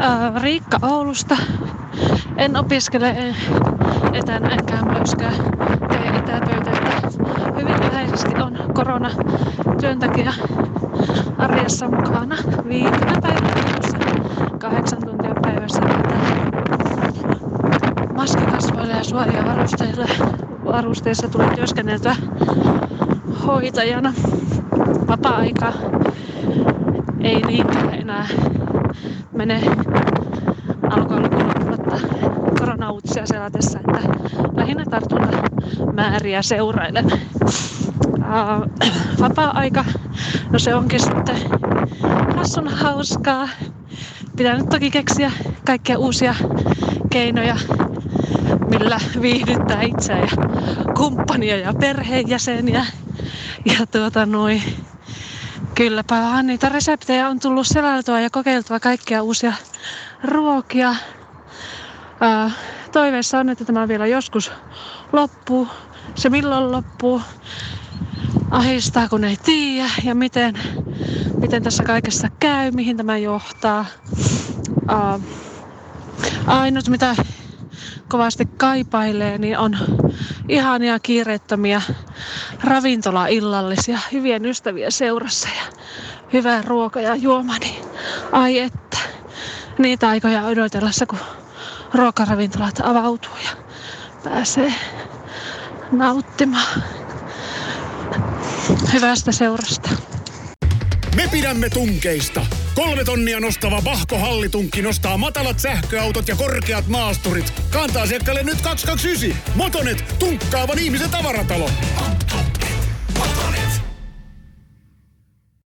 Riikka Oulusta. En opiskele etänä enkä myöskään tee etätöitä. Hyvin läheisesti on koronatyön takia arjessa mukana 5 päivänä 8 tuntia päivässä. Maskikasvoille ja suojavarusteissa tulee työskenneltyä hoitajana. Vapaa-aika ei niinkään enää mene alkoon lukunottamatta koronauutisia selatessa, että lähinnä tartuntamääriä seurailen. Vapaa-aika, no se onkin sitten hassun hauskaa. Pitää nyt toki keksiä kaikkia uusia keinoja, millä viihdyttää itseä ja kumppania ja perheenjäseniä. Ja kylläpä niitä reseptejä on tullut selailtua ja kokeiltua kaikkia uusia ruokia. Toiveissa on, että tämä vielä joskus loppuu. Se milloin loppuu, ahistaa kun ei tiedä ja miten tässä kaikessa käy, mihin tämä johtaa. Ainut mitä kovasti kaipailee, niin on ihania kiireettömiä ravintolaillallisia hyvien ystävien seurassa ja hyvää ruoka ja juoma, niin ai että niitä aikoja odotellessa, kun ruokaravintolat avautuu ja pääsee nauttimaan hyvästä seurasta. Me pidämme tunkeista. 3 tonnia nostava Vahko Hallitunkki nostaa matalat sähköautot ja korkeat maasturit. Kanta-asiakkaalle nyt 229. Motonet, tunkkaavan ihmisen tavaratalo.